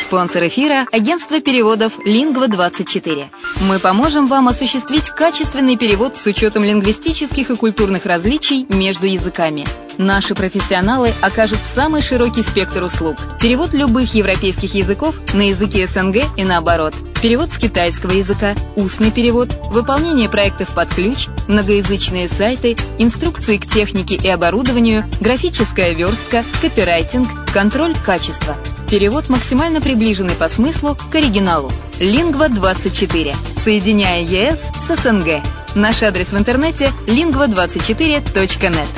Спонсор эфира – агентство переводов Lingva24. Мы поможем вам осуществить качественный перевод с учетом лингвистических и культурных различий между языками. Наши профессионалы окажут самый широкий спектр услуг. Перевод любых европейских языков на языки СНГ и наоборот. Перевод с китайского языка, устный перевод, выполнение проектов под ключ, многоязычные сайты, инструкции к технике и оборудованию, графическая верстка, копирайтинг, контроль качества. Перевод максимально приближенный по смыслу к оригиналу. Lingva24. Соединяя ЕС с СНГ. Наш адрес в интернете lingva24.net.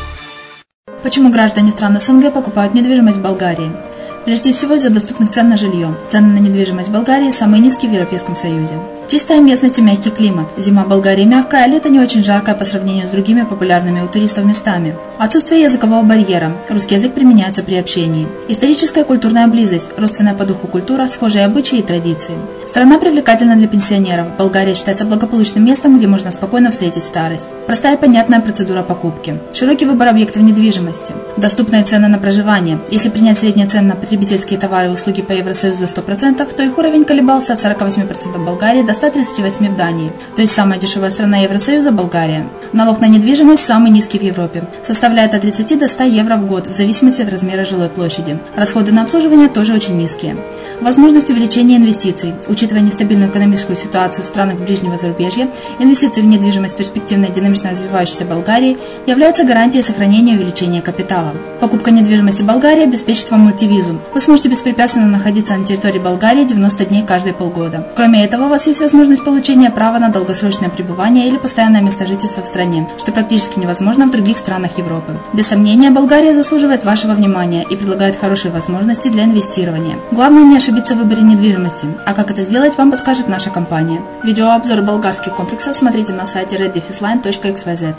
Почему граждане стран СНГ покупают недвижимость в Болгарии? Прежде всего из-за доступных цен на жилье. Цены на недвижимость в Болгарии самые низкие в Европейском Союзе. Чистая местность и мягкий климат. Зима в Болгарии мягкая, а лето не очень жаркое по сравнению с другими популярными у туристов местами. Отсутствие языкового барьера. Русский язык применяется при общении. Историческая и культурная близость. Родственная по духу культура, схожие обычаи и традиции. Страна привлекательна для пенсионеров. Болгария считается благополучным местом, где можно спокойно встретить старость. Простая и понятная процедура покупки. Широкий выбор объектов недвижимости. Доступные цены на проживание. Если принять средние цены на потребительские товары и услуги по Евросоюзу за 100%, то их уровень колебался от 48% в Болгарии до 138% в Дании. То есть самая дешевая страна Евросоюза – Болгария. Налог на недвижимость самый низкий в Европе. Составляет от 30 до 100 евро в год, в зависимости от размера жилой площади. Расходы на обслуживание тоже очень низкие. Возможность увеличения инвестиций. Учитывая нестабильную экономическую ситуацию в странах ближнего зарубежья, инвестиции в недвижимость в перспективной динамично развивающейся Болгарии являются гарантией сохранения и увеличения капитала. Покупка недвижимости в Болгарии обеспечит вам мультивизу. Вы сможете беспрепятственно находиться на территории Болгарии 90 дней каждые полгода. Кроме этого, у вас есть возможность получения права на долгосрочное пребывание или постоянное место жительства в стране, что практически невозможно в других странах Европы. Без сомнения, Болгария заслуживает вашего внимания и предлагает хорошие возможности для инвестирования. Главное не ошибиться в выборе недвижимости, а как это сделать, вам подскажет наша компания. Видеообзор болгарских комплексов смотрите на сайте reddefisline.xyz.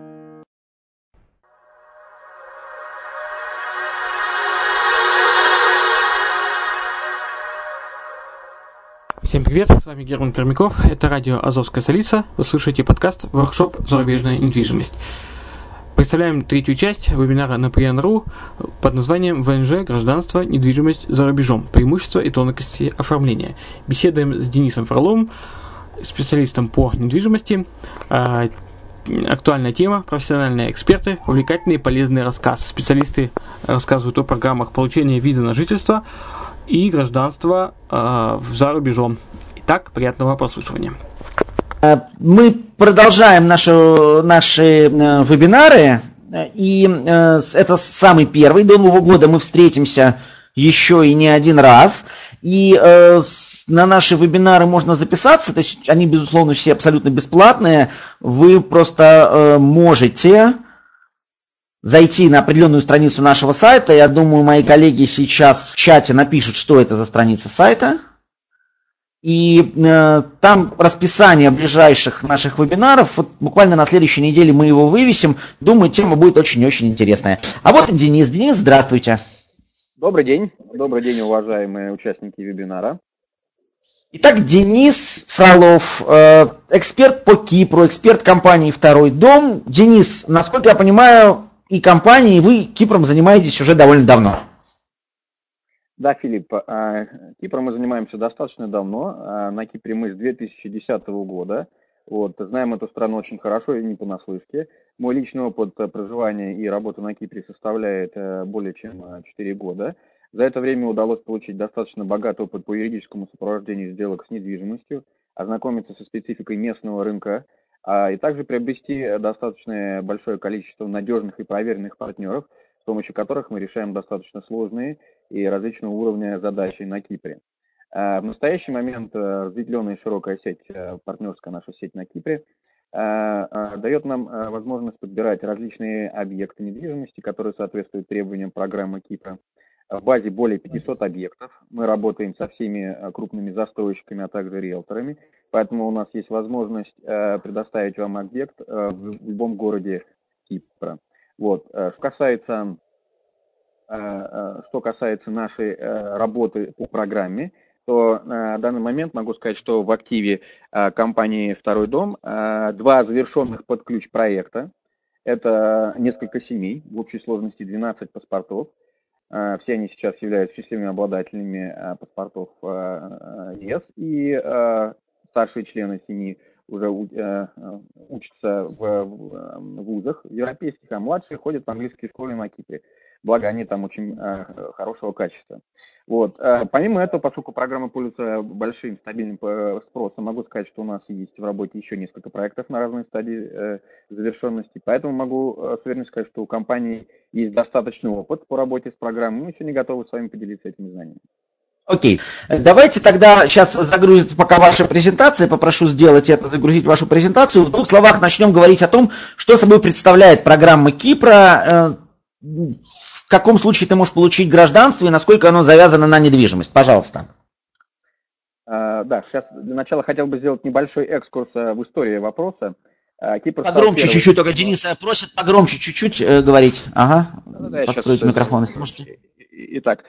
Всем привет, с вами Герман Пермяков, это радио «Азовская столица», вы слушаете подкаст «Воркшоп. Зарубежная недвижимость». Представляем третью часть вебинара на PN.ru под названием «ВНЖ. Гражданство. Недвижимость за рубежом. Преимущества и тонкости оформления». Беседуем с Денисом Фроловым, специалистом по недвижимости. Актуальная тема, профессиональные эксперты, увлекательный и полезный рассказ. Специалисты рассказывают о программах получения вида на жительство и гражданства за рубежом. Итак, приятного прослушивания. Мы продолжаем наши вебинары, и это самый первый. До Нового года мы встретимся еще и не один раз. И на наши вебинары можно записаться, то есть они, безусловно, все абсолютно бесплатные. Вы просто можете зайти на определенную страницу нашего сайта. Я думаю, мои коллеги сейчас в чате напишут, что это за страница сайта. И там расписание ближайших наших вебинаров. Вот буквально на следующей неделе мы его вывесим. Думаю, тема будет очень-очень интересная. А вот и Денис. Денис, здравствуйте. Добрый день, уважаемые участники вебинара. Итак, Денис Фролов, эксперт по Кипру, эксперт компании «Второй дом». Денис, насколько я понимаю, и компании, и вы Кипром занимаетесь уже довольно давно. Да, Филипп, Кипром мы занимаемся достаточно давно. На Кипре мы с 2010 года. Знаем эту страну очень хорошо и не понаслышке. Мой личный опыт проживания и работы на Кипре составляет более чем 4 года. За это время удалось получить достаточно богатый опыт по юридическому сопровождению сделок с недвижимостью, ознакомиться со спецификой местного рынка, и также приобрести достаточно большое количество надежных и проверенных партнеров, с помощью которых мы решаем достаточно сложные и различного уровня задачи на Кипре. В настоящий момент разветвленная и широкая сеть, партнерская наша сеть на Кипре, дает нам возможность подбирать различные объекты недвижимости, которые соответствуют требованиям программы Кипра. В базе более 500 объектов. Мы работаем со всеми крупными застройщиками, а также риэлторами. Поэтому у нас есть возможность предоставить вам объект в любом городе Кипра. Что касается нашей работы по программе, то на данный момент могу сказать, что в активе компании «Второй дом» 2 завершенных под ключ проекта. Это несколько семей, в общей сложности 12 паспортов. Все они сейчас являются счастливыми обладателями паспортов ЕС, и старшие члены семьи уже учатся в вузах европейских, а младшие ходят в английские школы на Кипре. Благо, они там очень хорошего качества. Вот. Помимо этого, поскольку программа пользуется большим стабильным спросом, могу сказать, что у нас есть в работе еще несколько проектов на разной стадии завершенности. Поэтому могу с уверенностью сказать, что у компании есть достаточный опыт по работе с программой. Мы сегодня готовы с вами поделиться этими знаниями. Окей. Давайте тогда сейчас загрузить пока ваша презентация. Попрошу сделать это, загрузить вашу презентацию. В двух словах начнем говорить о том, что собой представляет программа Кипра, в каком случае ты можешь получить гражданство и насколько оно завязано на недвижимость. Пожалуйста. Да, сейчас для начала хотел бы сделать небольшой экскурс в историю вопроса. Кипр погромче чуть-чуть, только Денис просит погромче чуть-чуть говорить. Ага, подстроить микрофон, если можете. Итак,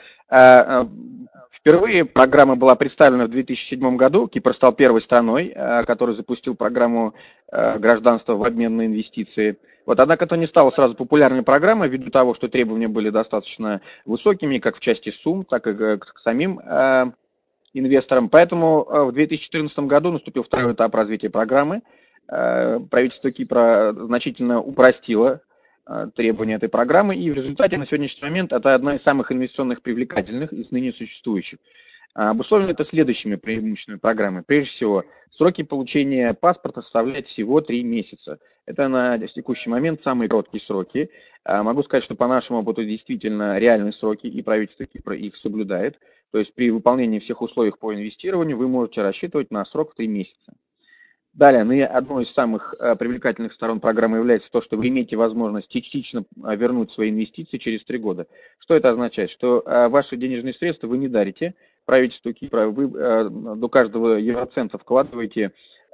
впервые программа была представлена в 2007 году. Кипр стал первой страной, которая запустил программу гражданства в обмен на инвестиции. Вот, однако это не стало сразу популярной программой, ввиду того, что требования были достаточно высокими, как в части сумм, так и к самим инвесторам. Поэтому в 2014 году наступил второй этап развития программы. Правительство Кипра значительно упростило требования этой программы, и в результате на сегодняшний момент это одна из самых инвестиционных привлекательных из ныне существующих. Обусловлено это следующими преимуществами программы. Прежде всего, сроки получения паспорта составляют всего 3 месяца. Это на текущий момент самые короткие сроки. Могу сказать, что по нашему опыту действительно реальные сроки, и правительство Кипра их соблюдает. То есть при выполнении всех условий по инвестированию вы можете рассчитывать на срок в 3 месяца. Далее, одной из самых привлекательных сторон программы является то, что вы имеете возможность частично вернуть свои инвестиции через 3 года. Что это означает? Что ваши денежные средства вы не дарите правительству Кипра, вы до каждого евроцента вкладываете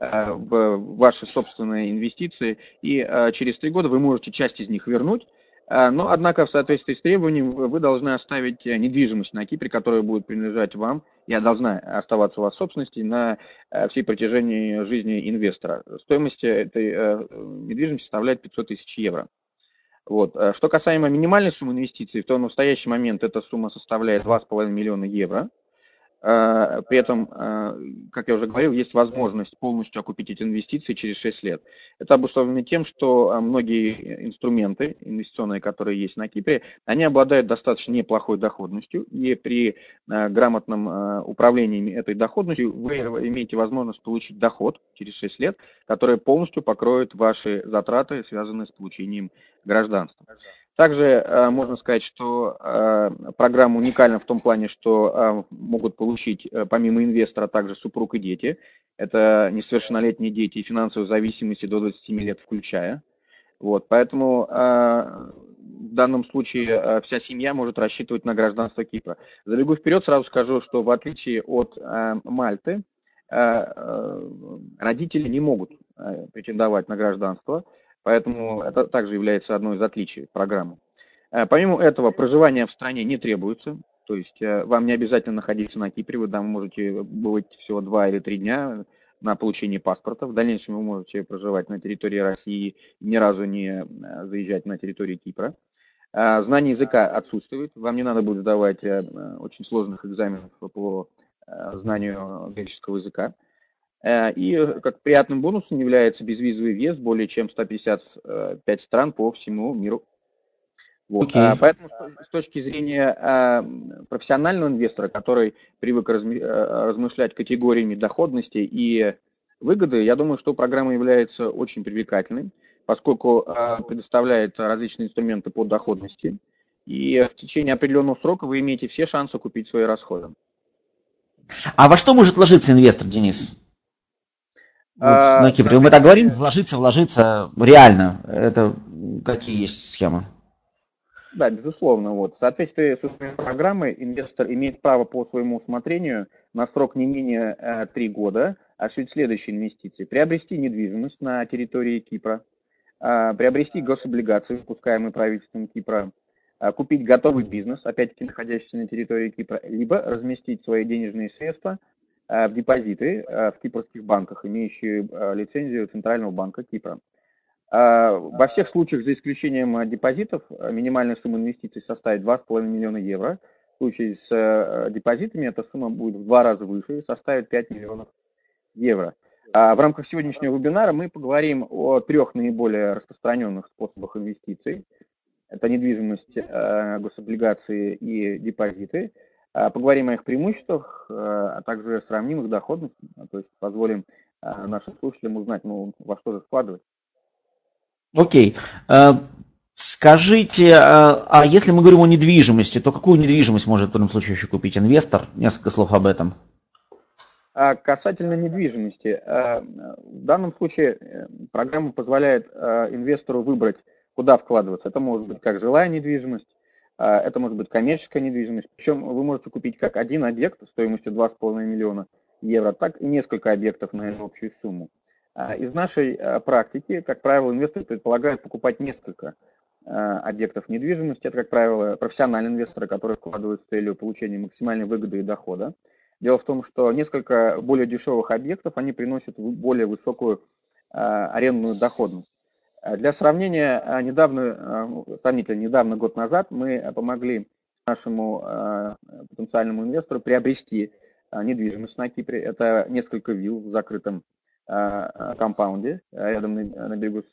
в ваши собственные инвестиции, и через 3 года вы можете часть из них вернуть. Но, однако, в соответствии с требованием, вы должны оставить недвижимость на Кипре, которая будет принадлежать вам, и должна оставаться у вас в собственности на всей протяжении жизни инвестора. Стоимость этой недвижимости составляет 500 тысяч евро. Вот. Что касаемо минимальной суммы инвестиций, то в настоящий момент эта сумма составляет 2,5 миллиона евро. При этом, как я уже говорил, есть возможность полностью окупить эти инвестиции через 6 лет. Это обусловлено тем, что многие инструменты инвестиционные, которые есть на Кипре, они обладают достаточно неплохой доходностью, и при грамотном управлении этой доходностью вы имеете возможность получить доход через 6 лет, который полностью покроет ваши затраты, связанные с получением гражданства. Также можно сказать, что программа уникальна в том плане, что могут получить помимо инвестора также супруг и дети. Это несовершеннолетние дети и финансовой зависимости до 27 лет включая. Вот, поэтому в данном случае вся семья может рассчитывать на гражданство Кипра. Забегу вперед, сразу скажу, что в отличие от Мальты, родители не могут претендовать на гражданство. Поэтому это также является одной из отличий программы. Помимо этого, проживание в стране не требуется. То есть вам не обязательно находиться на Кипре. Вы там можете быть всего 2 или 3 дня на получение паспорта. В дальнейшем вы можете проживать на территории России, ни разу не заезжать на территорию Кипра. Знание языка отсутствует. Вам не надо будет сдавать очень сложных экзаменов по знанию греческого языка. И как приятным бонусом является безвизовый въезд более чем 155 стран по всему миру. Вот. Поэтому с точки зрения профессионального инвестора, который привык размышлять категориями доходности и выгоды, я думаю, что программа является очень привлекательной, поскольку предоставляет различные инструменты по доходности, и в течение определенного срока вы имеете все шансы купить свои расходы. А во что может вложиться инвестор, Денис? Вот на Кипре. Мы так говорим, вложиться реально. Это какие есть схемы? Да, безусловно. Вот. В соответствии с программой инвестор имеет право по своему усмотрению на срок не менее 3 года осуществить следующие инвестиции. Приобрести недвижимость на территории Кипра, приобрести гособлигации, выпускаемые правительством Кипра, купить готовый бизнес, опять-таки находящийся на территории Кипра, либо разместить свои денежные средства в депозиты в кипрских банках, имеющие лицензию Центрального банка Кипра. Во всех случаях, за исключением депозитов, минимальная сумма инвестиций составит 2,5 миллиона евро. В случае с депозитами эта сумма будет в 2 раза выше и составит 5 миллионов евро. В рамках сегодняшнего вебинара мы поговорим о 3 наиболее распространенных способах инвестиций. Это недвижимость, гособлигации и депозиты. Поговорим о их преимуществах, а также сравним их доходность, то есть позволим нашим слушателям узнать, во что же вкладывать. Окей. Скажите, а если мы говорим о недвижимости, то какую недвижимость может в этом случае еще купить инвестор? Несколько слов об этом. Касательно недвижимости, в данном случае программа позволяет инвестору выбрать, куда вкладываться. Это может быть как жилая недвижимость, это может быть коммерческая недвижимость. Причем вы можете купить как один объект стоимостью 2,5 миллиона евро, так и несколько объектов на общую сумму. Из нашей практики, как правило, инвесторы предполагают покупать несколько объектов недвижимости. Это, как правило, профессиональные инвесторы, которые вкладывают с целью получения максимальной выгоды и дохода. Дело в том, что несколько более дешевых объектов, они приносят более высокую арендную доходность. Для сравнения, сравнительно недавно, год назад, мы помогли нашему потенциальному инвестору приобрести недвижимость на Кипре. Это несколько вилл в закрытом компаунде рядом на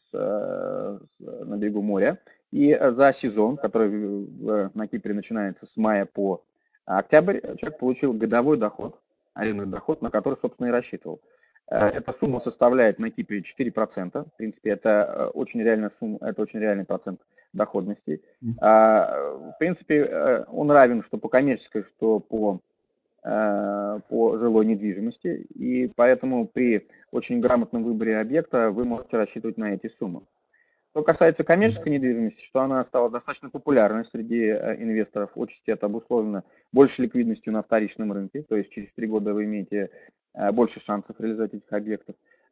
берегу моря. И за сезон, который на Кипре начинается с мая по октябрь, человек получил годовой доход, арендный доход, на который, собственно, и рассчитывал. Эта сумма составляет на Кипре 4%. В принципе, это очень реальная сумма, это очень реальный процент доходности. В принципе, он равен что по коммерческой, что по жилой недвижимости. И поэтому при очень грамотном выборе объекта вы можете рассчитывать на эти суммы. Что касается коммерческой недвижимости, что она стала достаточно популярной среди инвесторов, отчасти это обусловлено большей ликвидностью на вторичном рынке, то есть через 3 года вы имеете больше шансов реализовать этих объектов.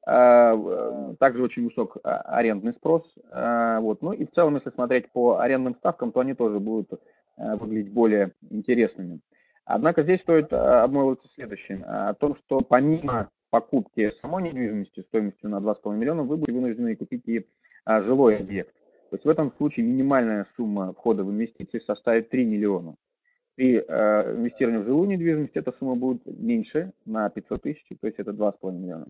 Также очень высок арендный спрос. Ну и в целом, если смотреть по арендным ставкам, то они тоже будут выглядеть более интересными. Однако здесь стоит обмолвиться следующим. О том, что помимо покупки самой недвижимости стоимостью на 2,5 миллиона, вы будете вынуждены купить и жилой объект. То есть в этом случае минимальная сумма входа в инвестиции составит 3 миллиона. При инвестировании в жилую недвижимость эта сумма будет меньше на 500 тысяч, то есть это 2,5 миллиона.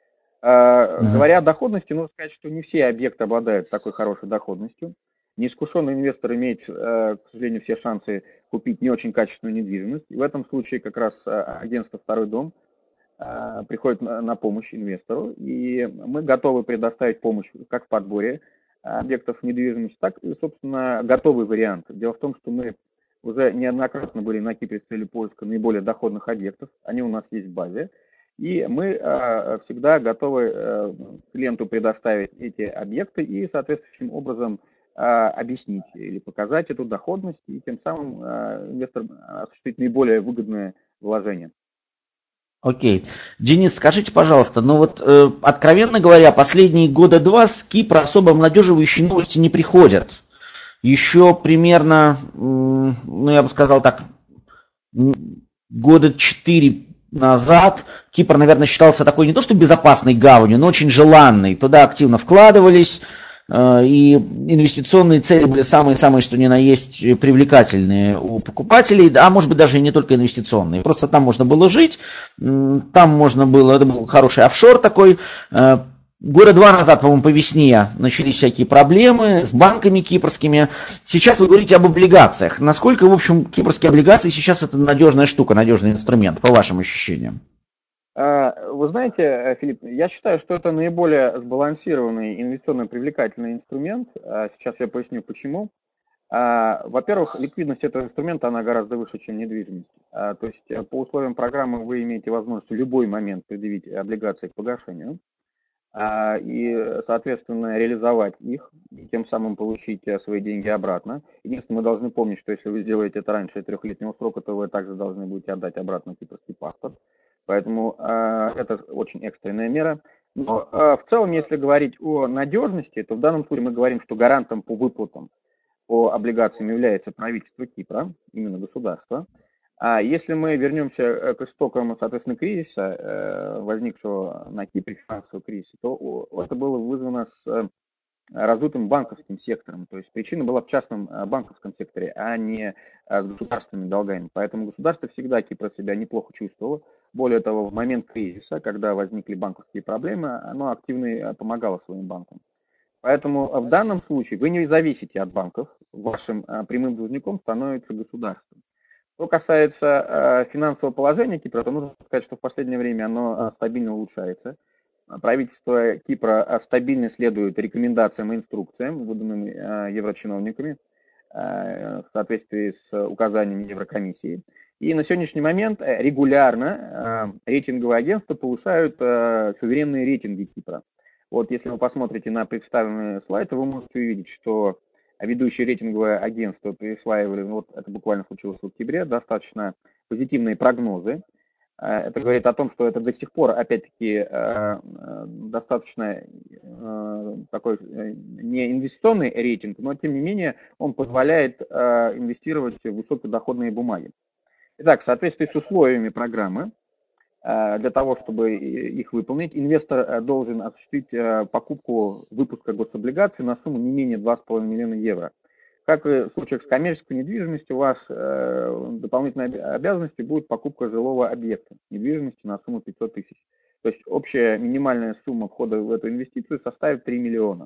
Говоря о доходности, нужно сказать, что не все объекты обладают такой хорошей доходностью. Неискушенный инвестор имеет, к сожалению, все шансы купить не очень качественную недвижимость. И в этом случае как раз агентство «Второй дом» приходит на помощь инвестору. И мы готовы предоставить помощь как в подборе объектов недвижимости, так и, собственно, готовый вариант. Дело в том, что мы уже неоднократно были на Кипре с целью поиска наиболее доходных объектов. Они у нас есть в базе. И мы всегда готовы клиенту предоставить эти объекты и соответствующим образом объяснить или показать эту доходность, и тем самым инвестор осуществит наиболее выгодное вложение. Окей. Денис, скажите, пожалуйста, откровенно говоря, последние года 2 с Кипра особо обнадеживающие новости не приходят. Еще примерно, я бы сказал так, года 4 назад Кипр, наверное, считался такой не то что безопасной гаванью, но очень желанной. Туда активно вкладывались, и инвестиционные цели были самые-самые, что ни на есть, привлекательные у покупателей, а может быть даже и не только инвестиционные. Просто там можно было жить, там можно было, это был хороший офшор такой. Года 2 назад, по-моему, по весне начались всякие проблемы с банками кипрскими. Сейчас вы говорите об облигациях. Насколько, в общем, кипрские облигации сейчас это надежная штука, надежный инструмент, по вашим ощущениям? Вы знаете, Филипп, я считаю, что это наиболее сбалансированный инвестиционно привлекательный инструмент. Сейчас я поясню, почему. Во-первых, ликвидность этого инструмента, она гораздо выше, чем недвижимость. То есть по условиям программы вы имеете возможность в любой момент предъявить облигации к погашению и, соответственно, реализовать их, и тем самым получить свои деньги обратно. Единственное, мы должны помнить, что если вы сделаете это раньше 3-летнего срока, то вы также должны будете отдать обратно кипрский паспорт. Поэтому это очень экстренная мера. Но в целом, если говорить о надежности, то в данном случае мы говорим, что гарантом по выплатам по облигациям является правительство Кипра, именно государство. А если мы вернемся к истокам, соответственно, кризиса, возникшего на Кипре, финансового кризиса, то это было вызвано с раздутым банковским сектором. То есть причина была в частном банковском секторе, а не с государственными долгами. Поэтому государство всегда Кипр себя неплохо чувствовало. Более того, в момент кризиса, когда возникли банковские проблемы, оно активно помогало своим банкам. Поэтому в данном случае вы не зависите от банков, вашим прямым должником становится государство. Что касается финансового положения Кипра, то нужно сказать, что в последнее время оно стабильно улучшается. Правительство Кипра стабильно следует рекомендациям и инструкциям, выданным еврочиновниками в соответствии с указаниями Еврокомиссии. И на сегодняшний момент регулярно рейтинговые агентства повышают суверенные рейтинги Кипра. Вот если вы посмотрите на представленный слайд, то вы можете увидеть, что ведущие рейтинговые агентства присваивали, вот это буквально случилось в октябре, достаточно позитивные прогнозы. Это говорит о том, что это до сих пор, опять-таки, достаточно такой не инвестиционный рейтинг, но, тем не менее, он позволяет инвестировать в высокодоходные бумаги. Итак, в соответствии с условиями программы, для того, чтобы их выполнить, инвестор должен осуществить покупку выпуска гособлигаций на сумму не менее 2,5 миллиона евро. Как и в случаях с коммерческой недвижимостью, у вас дополнительной обязанностью будет покупка жилого объекта недвижимости на сумму 500 тысяч. То есть общая минимальная сумма входа в эту инвестицию составит 3 миллиона.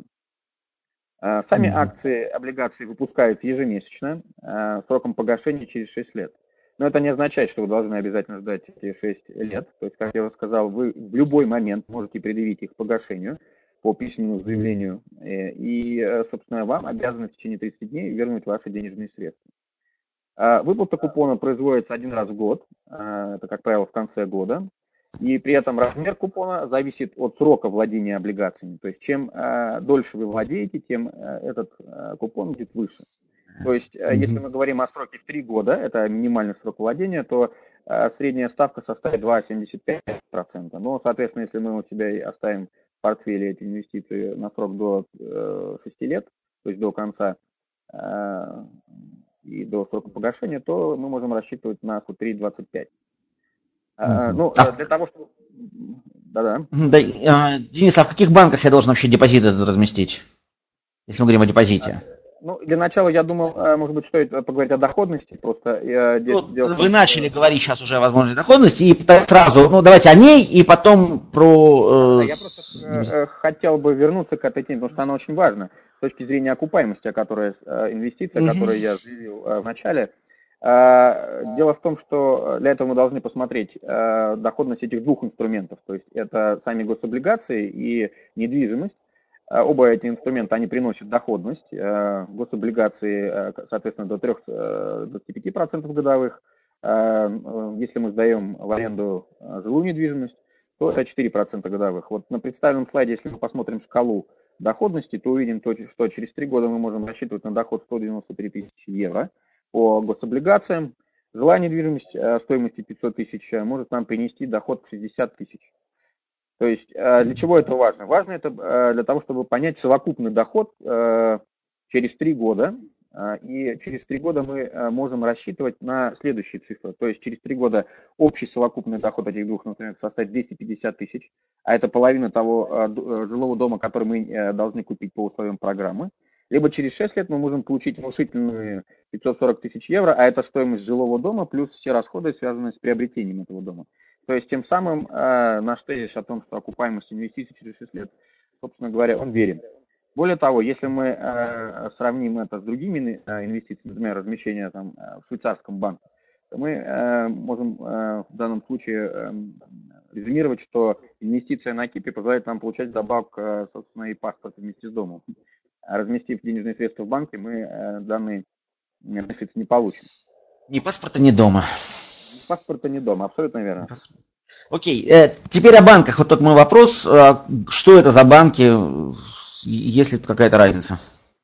Сами акции, облигации выпускаются ежемесячно, сроком погашения через 6 лет. Но это не означает, что вы должны обязательно ждать эти 6 лет. То есть, как я уже сказал, вы в любой момент можете предъявить их к погашению по письменному заявлению, и, собственно, вам обязаны в течение 30 дней вернуть ваши денежные средства. Выплата купона производится один раз в год, это, как правило, в конце года, и при этом размер купона зависит от срока владения облигациями. То есть, чем дольше вы владеете, тем этот купон будет выше. То есть, если мы говорим о сроке в 3 года, это минимальный срок владения, то средняя ставка составит 2,75%. Но, соответственно, если мы у себя оставим в портфеле эти инвестиции на срок до 6 лет, то есть до конца и до срока погашения, то мы можем рассчитывать на 3,25%. Ну, для того, чтобы... Да-да. Денис, а в каких банках я должен вообще депозит этот разместить, если мы говорим о депозите? Ну, для начала, я думал, может быть, стоит поговорить о доходности. Просто вы начали говорить сейчас уже о возможной доходности, и сразу, давайте о ней, и потом про... Я просто хотел бы вернуться к этой теме, потому что она очень важна с точки зрения окупаемости, инвестиция, которую я заявил в начале. Дело в том, что для этого мы должны посмотреть доходность этих двух инструментов. То есть это сами гособлигации и недвижимость. Оба эти инструмента, они приносят доходность. Гособлигации, соответственно, до 3-25% годовых. Если мы сдаем в аренду жилую недвижимость, то это 4% годовых. Вот на представленном слайде, если мы посмотрим шкалу доходности, то увидим, что через 3 года мы можем рассчитывать на доход 193 тысячи евро по гособлигациям. Жилая недвижимость стоимостью 500 тысяч может нам принести доход 60 тысяч. То есть для чего это важно? Важно это для того, чтобы понять совокупный доход через 3 года. И через 3 года мы можем рассчитывать на следующие цифры. То есть через 3 года общий совокупный доход этих двух, например, составит 250 тысяч, а это половина того жилого дома, который мы должны купить по условиям программы. Либо через 6 лет мы можем получить внушительные 540 тысяч евро, а это стоимость жилого дома плюс все расходы, связанные с приобретением этого дома. То есть тем самым наш тезис о том, что окупаемость инвестиций через 6 лет, собственно говоря, он верен. Более того, если мы сравним это с другими инвестициями, например, размещение в швейцарском банке, то мы можем в данном случае резюмировать, что инвестиция на Кипре позволяет нам получать добавку, собственно, и паспорт вместе с домом. Разместив денежные средства в банке, мы данный бенефит не получим. Ни паспорта, ни дома. Ни паспорта, ни дома, абсолютно верно. Окей, теперь о банках. Вот тот мой вопрос. Что это за банки? Есть ли какая-то разница?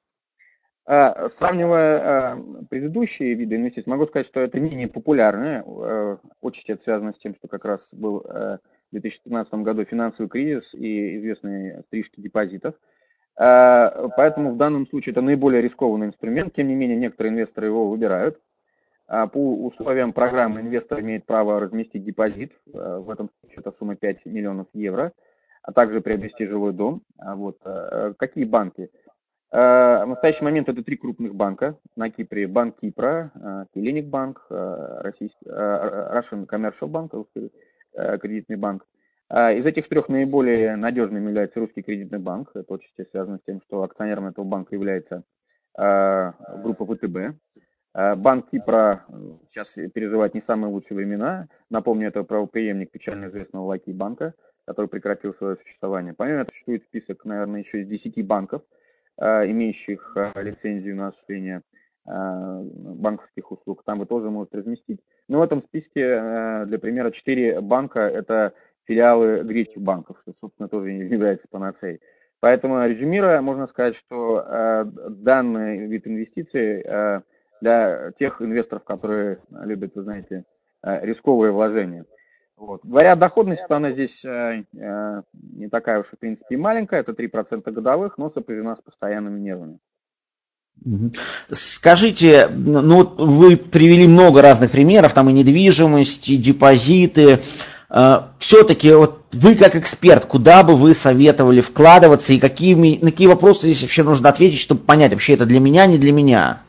Сравнивая предыдущие виды инвестиций, могу сказать, что это менее популярное. Отчасти это связано с тем, что как раз был в 2015 году финансовый кризис и известные стрижки депозитов. Поэтому в данном случае это наиболее рискованный инструмент. Тем не менее, некоторые инвесторы его выбирают. По условиям программы инвестор имеет право разместить депозит. В этом случае это сумма 5 миллионов евро, а также приобрести жилой дом. Какие банки? В настоящий момент это 3 крупных банка на Кипре. Банк Кипра, Hellenic Банк, Russian Commercial Bank, русский кредитный банк. Из этих 3 наиболее надежным является Русский кредитный банк. Это очень связано с тем, что акционером этого банка является группа ВТБ. Банк Кипра сейчас переживает не самые лучшие времена. Напомню, это правопреемник печально известного Лаки банка, который прекратил свое существование. Помимо этого существует список, наверное, еще из 10 банков, имеющих лицензию на осуществление банковских услуг. Там вы тоже можете разместить. Но в этом списке, для примера, 4 банка – это филиалы греческих банков, что, собственно, тоже является панацеей. Поэтому, резюмируя, можно сказать, что данный вид инвестиций для тех инвесторов, которые любят, вы знаете, рисковые вложения. Вот. Говоря о доходности, то она здесь не такая уж, в принципе, и маленькая, это 3% годовых, но сопряжена с постоянными нервами. Скажите, ну вы привели много разных примеров, там и недвижимость, и депозиты. Все-таки вот вы как эксперт, куда бы вы советовали вкладываться и на какие вопросы здесь вообще нужно ответить, чтобы понять, вообще это для меня, не для меня?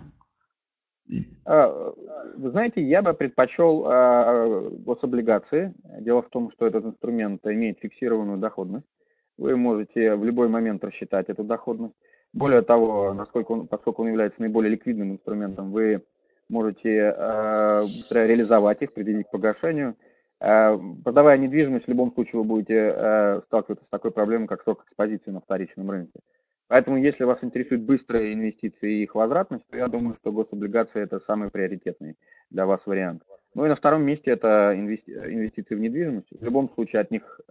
Вы знаете, я бы предпочел гособлигации. Дело в том, что этот инструмент имеет фиксированную доходность. Вы можете в любой момент рассчитать эту доходность. Более того, поскольку он является наиболее ликвидным инструментом, вы можете быстро реализовать их, приведить к погашению. Продавая недвижимость, в любом случае вы будете сталкиваться с такой проблемой, как срок экспозиции на вторичном рынке. Поэтому, если вас интересуют быстрые инвестиции и их возвратность, то я думаю, что гособлигации – это самый приоритетный для вас вариант. Ну и на втором месте это инвестиции в недвижимость. В любом случае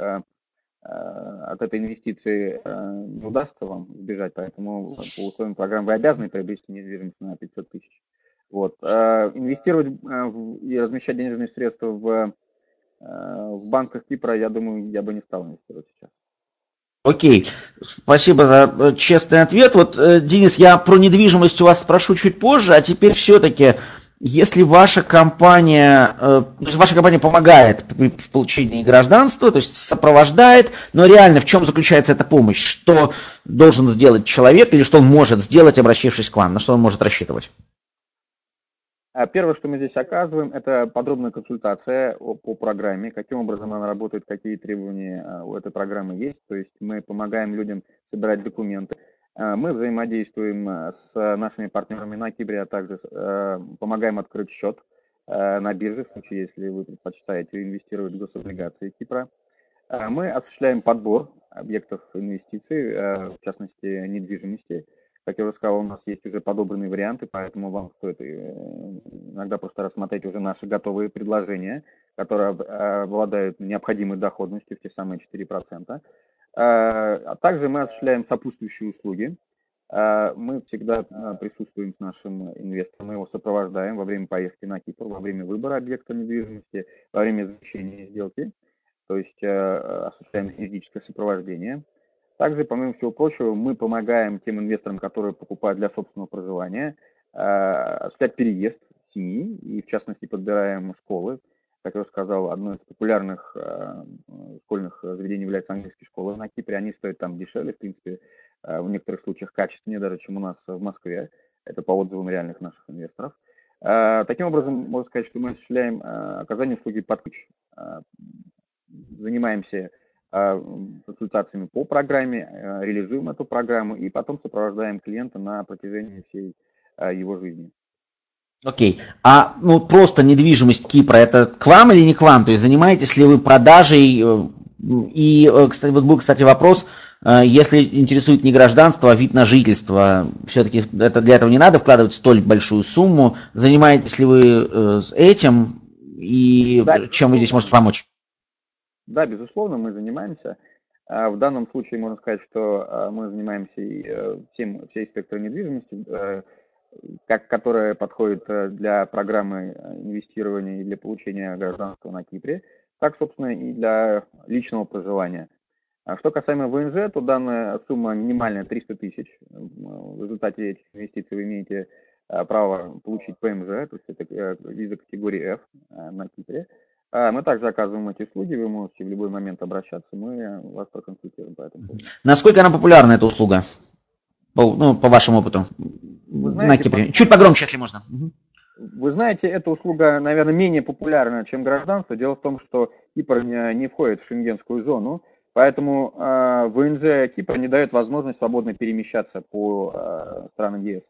от этой инвестиции не удастся вам избежать, поэтому по условиям программы вы обязаны приобрести недвижимость на 500 тысяч. Вот. Инвестировать и размещать денежные средства в банках Кипра, я думаю, я бы не стал инвестировать сейчас. Окей, спасибо за честный ответ. Вот, Денис, я про недвижимость у вас спрошу чуть позже, а теперь все-таки, если ваша компания помогает в получении гражданства, то есть сопровождает, но реально в чем заключается эта помощь? Что должен сделать человек или что он может сделать, обратившись к вам? На что он может рассчитывать? Первое, что мы здесь оказываем, это подробная консультация по программе, каким образом она работает, какие требования у этой программы есть. То есть мы помогаем людям собирать документы. Мы взаимодействуем с нашими партнерами на Кипре, а также помогаем открыть счет на бирже, в случае, если вы предпочитаете инвестировать в гособлигации Кипра. Мы осуществляем подбор объектов инвестиций, в частности, недвижимости. Как я уже сказал, у нас есть уже подобранные варианты, поэтому вам стоит иногда просто рассмотреть уже наши готовые предложения, которые обладают необходимой доходностью в те самые 4%. А также мы осуществляем сопутствующие услуги. Мы всегда присутствуем с нашим инвестором, мы его сопровождаем во время поездки на Кипр, во время выбора объекта недвижимости, во время заключения сделки, то есть осуществляем юридическое сопровождение. Также, помимо всего прочего, мы помогаем тем инвесторам, которые покупают для собственного проживания, осуществлять переезд семьи и, в частности, подбираем школы. Как я уже сказал, одно из популярных школьных заведений является английская школа на Кипре. Они стоят там дешевле, в принципе, в некоторых случаях качественнее даже, чем у нас в Москве. Это по отзывам реальных наших инвесторов. Таким образом, можно сказать, что мы осуществляем оказание услуги под ключ. Занимаемся консультациями по программе, реализуем эту программу и потом сопровождаем клиента на протяжении всей его жизни. Окей. А просто недвижимость Кипра, это к вам или не к вам? То есть занимаетесь ли вы продажей? И, кстати, вот был, вопрос, если интересует не гражданство, а вид на жительство, все-таки для этого не надо вкладывать столь большую сумму. Занимаетесь ли вы с этим и да, чем вы здесь можете помочь? Да, безусловно, мы занимаемся. В данном случае можно сказать, что мы занимаемся всей спектром недвижимости, которая подходит для программы инвестирования и для получения гражданства на Кипре, так, собственно, и для личного проживания. Что касаемо ВНЖ, то данная сумма минимальная 300 тысяч. В результате этих инвестиций вы имеете право получить ПМЖ, то есть это виза категории F на Кипре. Мы также оказываем эти услуги, вы можете в любой момент обращаться, мы вас проконсультируем по этому поводу. Насколько она популярна, эта услуга? по вашему опыту, на Кипре? Чуть погромче, если можно. Вы знаете, эта услуга, наверное, менее популярна, чем гражданство. Дело в том, что Кипр не входит в шенгенскую зону, поэтому ВНЖ Кипра не дает возможность свободно перемещаться по странам ЕС.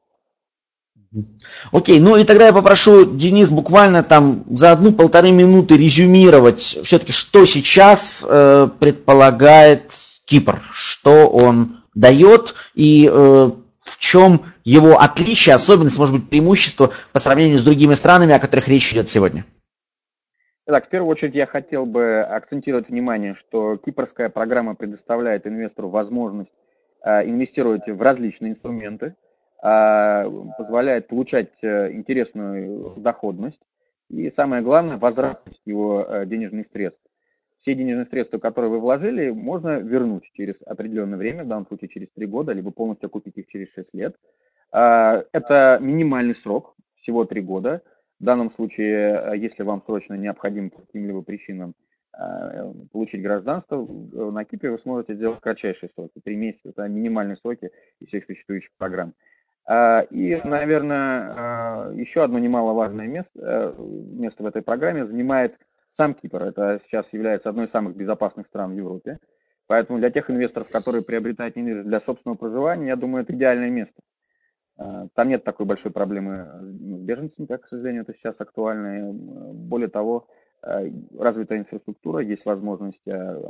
Окей, ну и тогда я попрошу, Денис, буквально там за 1-1,5 минуты резюмировать все-таки, что сейчас предполагает Кипр, что он дает и в чем его отличие, особенность, может быть, преимущество по сравнению с другими странами, о которых речь идет сегодня. Итак, в первую очередь я хотел бы акцентировать внимание, что кипрская программа предоставляет инвестору возможность инвестировать в различные инструменты, позволяет получать интересную доходность и, самое главное, возвратность его денежных средств. Все денежные средства, которые вы вложили, можно вернуть через определенное время, в данном случае через 3 года, либо полностью окупить их через 6 лет. Это минимальный срок, всего 3 года. В данном случае, если вам срочно необходимо по каким-либо причинам получить гражданство, на Кипре вы сможете сделать кратчайшие сроки. 3 месяца – это минимальные сроки из всех существующих программ. И, наверное, еще одно немаловажное место в этой программе занимает сам Кипр. Это сейчас является одной из самых безопасных стран в Европе. Поэтому для тех инвесторов, которые приобретают недвижимость для собственного проживания, я думаю, это идеальное место. Там нет такой большой проблемы с беженцами, как, к сожалению, это сейчас актуально. Более того, развитая инфраструктура, есть возможность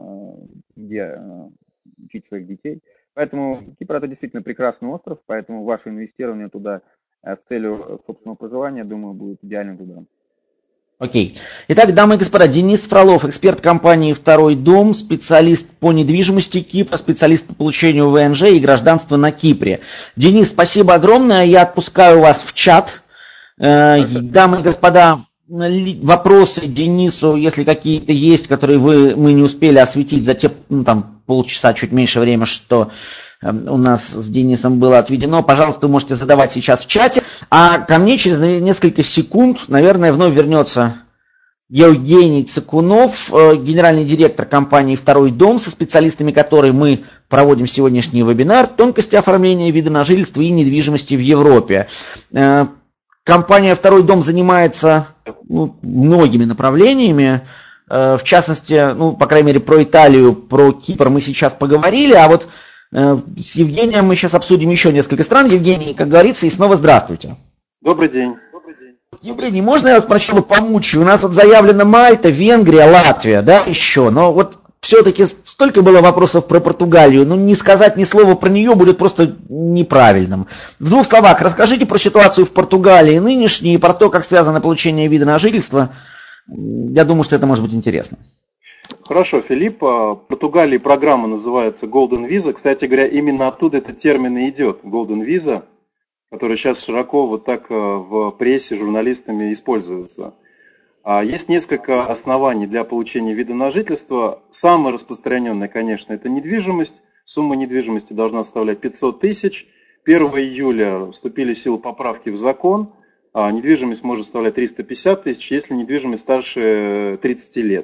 где учить своих детей. Поэтому Кипр – это действительно прекрасный остров, поэтому ваше инвестирование туда с целью собственного проживания, думаю, будет идеальным выбором. Окей. Итак, дамы и господа, Денис Фролов, эксперт компании «Второй дом», специалист по недвижимости Кипра, специалист по получению ВНЖ и гражданства на Кипре. Денис, спасибо огромное. Я отпускаю вас в чат. Дамы и господа, вопросы Денису, если какие-то есть, которые мы не успели осветить за те полчаса, чуть меньше времени, что у нас с Денисом было отведено, пожалуйста, вы можете задавать сейчас в чате. А ко мне через несколько секунд, наверное, вновь вернется Евгений Цыкунов, генеральный директор компании «Второй дом», со специалистами которой мы проводим сегодняшний вебинар «Тонкости оформления вида на жительство и недвижимости в Европе». Компания «Второй дом» занимается многими направлениями. В частности, по крайней мере, про Италию, про Кипр мы сейчас поговорили, а вот с Евгением мы сейчас обсудим еще несколько стран. Евгений, как говорится, и снова здравствуйте. Добрый день. Евгений, можно я вас сначала помучаю? У нас вот заявлено Мальта, Венгрия, Латвия, да, еще. Но вот все-таки столько было вопросов про Португалию, не сказать ни слова про нее будет просто неправильным. В 2 словах расскажите про ситуацию в Португалии нынешней и про то, как связано получение вида на жительство. Я думаю, что это может быть интересно. Хорошо, Филипп. В Португалии программа называется Golden Visa. Кстати говоря, именно оттуда этот термин и идет. Golden Visa, который сейчас широко вот так в прессе журналистами используется. Есть несколько оснований для получения вида на жительство. Самое распространенное, конечно, это недвижимость. Сумма недвижимости должна составлять 500 тысяч. 1 июля вступили в силу поправки в закон. Недвижимость может составлять 350 тысяч, если недвижимость старше 30 лет.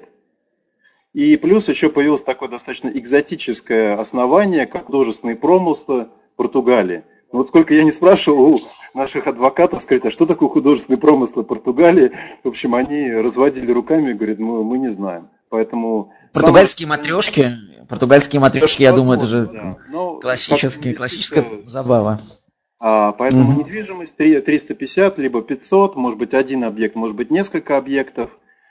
И плюс еще появилось такое достаточно экзотическое основание, как художественные промыслы Португалии. Но вот сколько я не спрашивал у наших адвокатов, сказать, а что такое художественные промыслы Португалии? В общем, они разводили руками и говорят, мы не знаем. Поэтому португальские матрешки, я думаю, это же классическая забава. Поэтому недвижимость 350, либо 500, может быть один объект, может быть несколько объектов.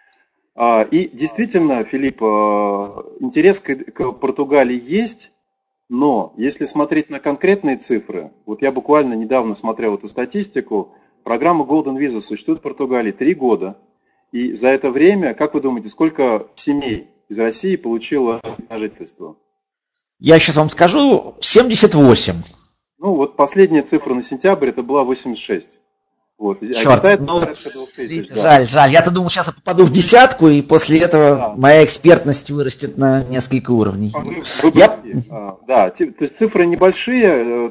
И действительно, Филипп, интерес к Португалии есть, но если смотреть на конкретные цифры, вот я буквально недавно смотрел эту статистику, программа Golden Visa существует в Португалии 3 года, и за это время, как вы думаете, сколько семей из России получило на жительство? Я сейчас вам скажу, 78. Вот последняя цифра на сентябрь, это была 86. Вот. Черт, жаль. Я-то думал, сейчас я попаду в десятку, и после этого моя экспертность вырастет на несколько уровней. Да, то есть цифры небольшие.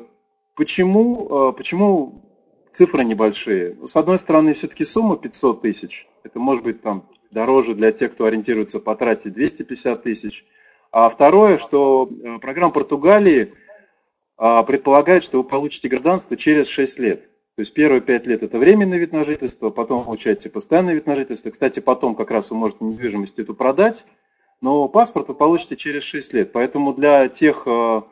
Почему цифры небольшие? С одной стороны, все-таки сумма 500 тысяч. Это может быть дороже для тех, кто ориентируется потратить 250 тысяч. А второе, что программа Португалии предполагает, что вы получите гражданство через 6 лет. То есть первые 5 лет это временный вид на жительство, потом получаете постоянный вид на жительство. Кстати, потом как раз вы можете недвижимость эту продать, но паспорт вы получите через 6 лет. Поэтому для тех, кто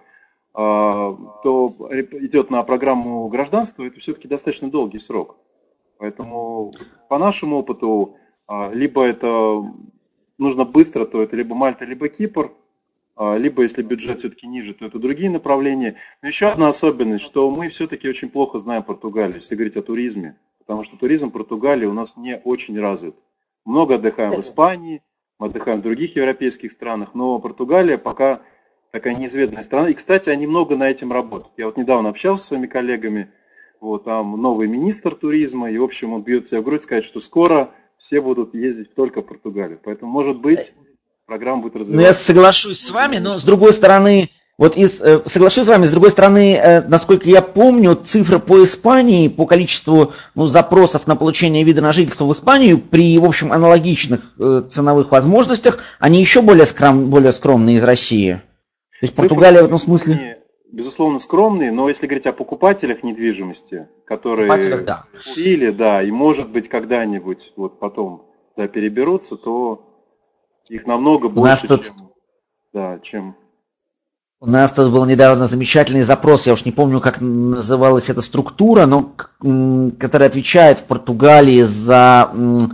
идет на программу гражданства, это все-таки достаточно долгий срок. Поэтому по нашему опыту, либо это нужно быстро, то это либо Мальта, либо Кипр. Либо, если бюджет все-таки ниже, то это другие направления. Но еще одна особенность, что мы все-таки очень плохо знаем Португалию, если говорить о туризме. Потому что туризм Португалии у нас не очень развит. Много отдыхаем в Испании, мы отдыхаем в других европейских странах, но Португалия пока такая неизведанная страна. И, кстати, они много на этом работают. Я вот недавно общался с своими коллегами, вот, там новый министр туризма, и, в общем, он бьет себя в грудь, сказать, что скоро все будут ездить только в Португалию. Поэтому, может быть, программа будет развиваться. Ну, я соглашусь с вами, но с другой стороны, соглашусь с вами, с другой стороны, насколько я помню, цифры по Испании, по количеству запросов на получение вида на жительство в Испанию при, в общем, аналогичных ценовых возможностях, они еще более скромные из России. То есть Португалия в этом смысле... Безусловно, скромные, но если говорить о покупателях недвижимости, которые купили, да, и может быть когда-нибудь вот потом переберутся, то их намного больше, чем... У нас тут был недавно замечательный запрос, я уж не помню, как называлась эта структура, но которая отвечает в Португалии за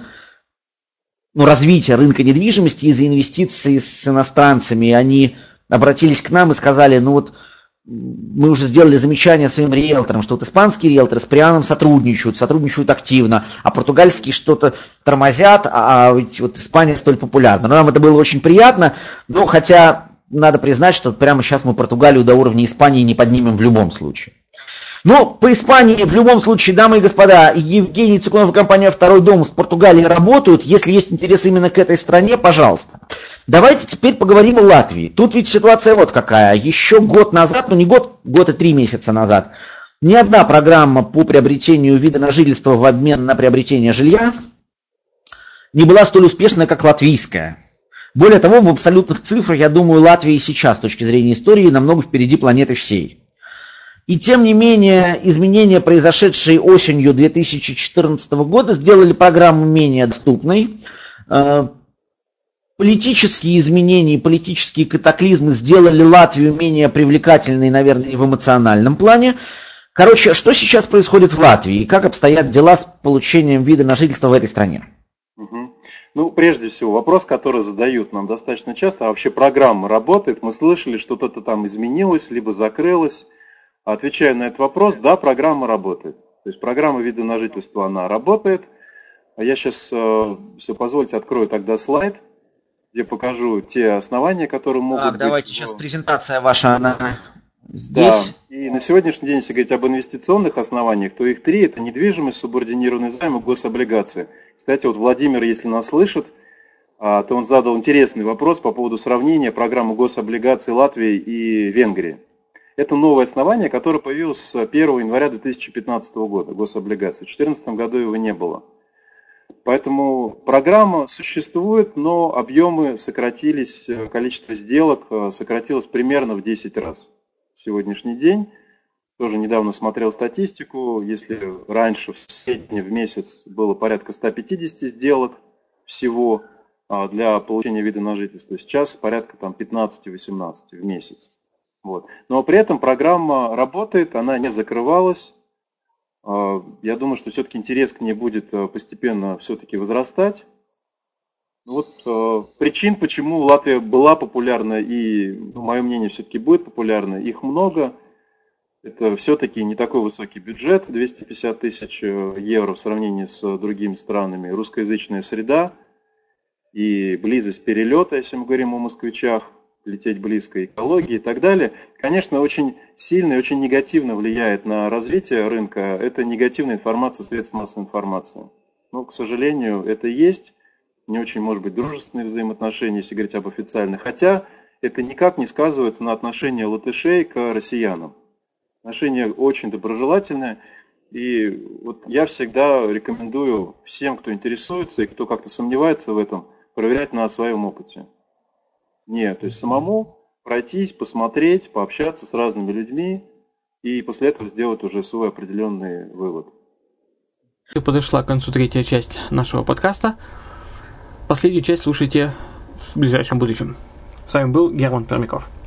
развитие рынка недвижимости и за инвестиции с иностранцами. И они обратились к нам и сказали, мы уже сделали замечание своим риэлторам, что вот испанские риэлторы с Прианом сотрудничают активно, а португальские что-то тормозят, а ведь вот Испания столь популярна. Но нам это было очень приятно, но хотя надо признать, что прямо сейчас мы Португалию до уровня Испании не поднимем в любом случае. Но по Испании в любом случае, дамы и господа, Евгений Цикунов и компания «Второй дом» с Португалией работают. Если есть интерес именно к этой стране, пожалуйста. Давайте теперь поговорим о Латвии. Тут ведь ситуация вот какая. Еще год назад, не год и 3 месяца назад, ни одна программа по приобретению вида на жительство в обмен на приобретение жилья не была столь успешной, как латвийская. Более того, в абсолютных цифрах, я думаю, Латвия и сейчас, с точки зрения истории, намного впереди планеты всей. И тем не менее, изменения, произошедшие осенью 2014 года, сделали программу менее доступной. Политические изменения, политические катаклизмы сделали Латвию менее привлекательной, наверное, в эмоциональном плане. Короче, что сейчас происходит в Латвии и как обстоят дела с получением вида на жительство в этой стране? Прежде всего, вопрос, который задают нам достаточно часто, а вообще программа работает? Мы слышали, что-то там изменилось, либо закрылось. Отвечая на этот вопрос, да, программа работает. То есть программа вида на жительство, она работает. Я сейчас, если позволите, открою тогда слайд, где покажу те основания, которые могут быть. Давайте, сейчас презентация ваша, она здесь. Да, и на сегодняшний день, если говорить об инвестиционных основаниях, то их 3. Это недвижимость, субординированный займ и гособлигации. Кстати, вот Владимир, если нас слышит, то он задал интересный вопрос по поводу сравнения программы гособлигаций Латвии и Венгрии. Это новое основание, которое появилось с 1 января 2015 года, гособлигации. В 2014 году его не было. Поэтому программа существует, но объемы сократились, количество сделок сократилось примерно в 10 раз. В сегодняшний день, тоже недавно смотрел статистику, если раньше в среднем в месяц было порядка 150 сделок всего для получения вида на жительство, сейчас порядка 15-18 в месяц. Вот. Но при этом программа работает, она не закрывалась. Я думаю, что все-таки интерес к ней будет постепенно все-таки возрастать. Причин, почему Латвия была популярна и, мое мнение, все-таки будет популярна, их много. Это все-таки не такой высокий бюджет, 250 тысяч евро в сравнении с другими странами, русскоязычная среда и близость перелета, если мы говорим о москвичах, лететь близко, экологии и так далее, конечно, очень сильно и очень негативно влияет на развитие рынка. Это негативная информация средств массовой информации. Но, к сожалению, это есть. Не очень, может быть, дружественные взаимоотношения, если говорить об официальных. Хотя это никак не сказывается на отношении латышей к россиянам. Отношения очень доброжелательные. И я всегда рекомендую всем, кто интересуется и кто как-то сомневается в этом, проверять на своем опыте. То есть самому пройтись, посмотреть, пообщаться с разными людьми, и после этого сделать уже свой определенный вывод. И подошла к концу третья часть нашего подкаста. Последнюю часть слушайте в ближайшем будущем. С вами был Герман Пермяков.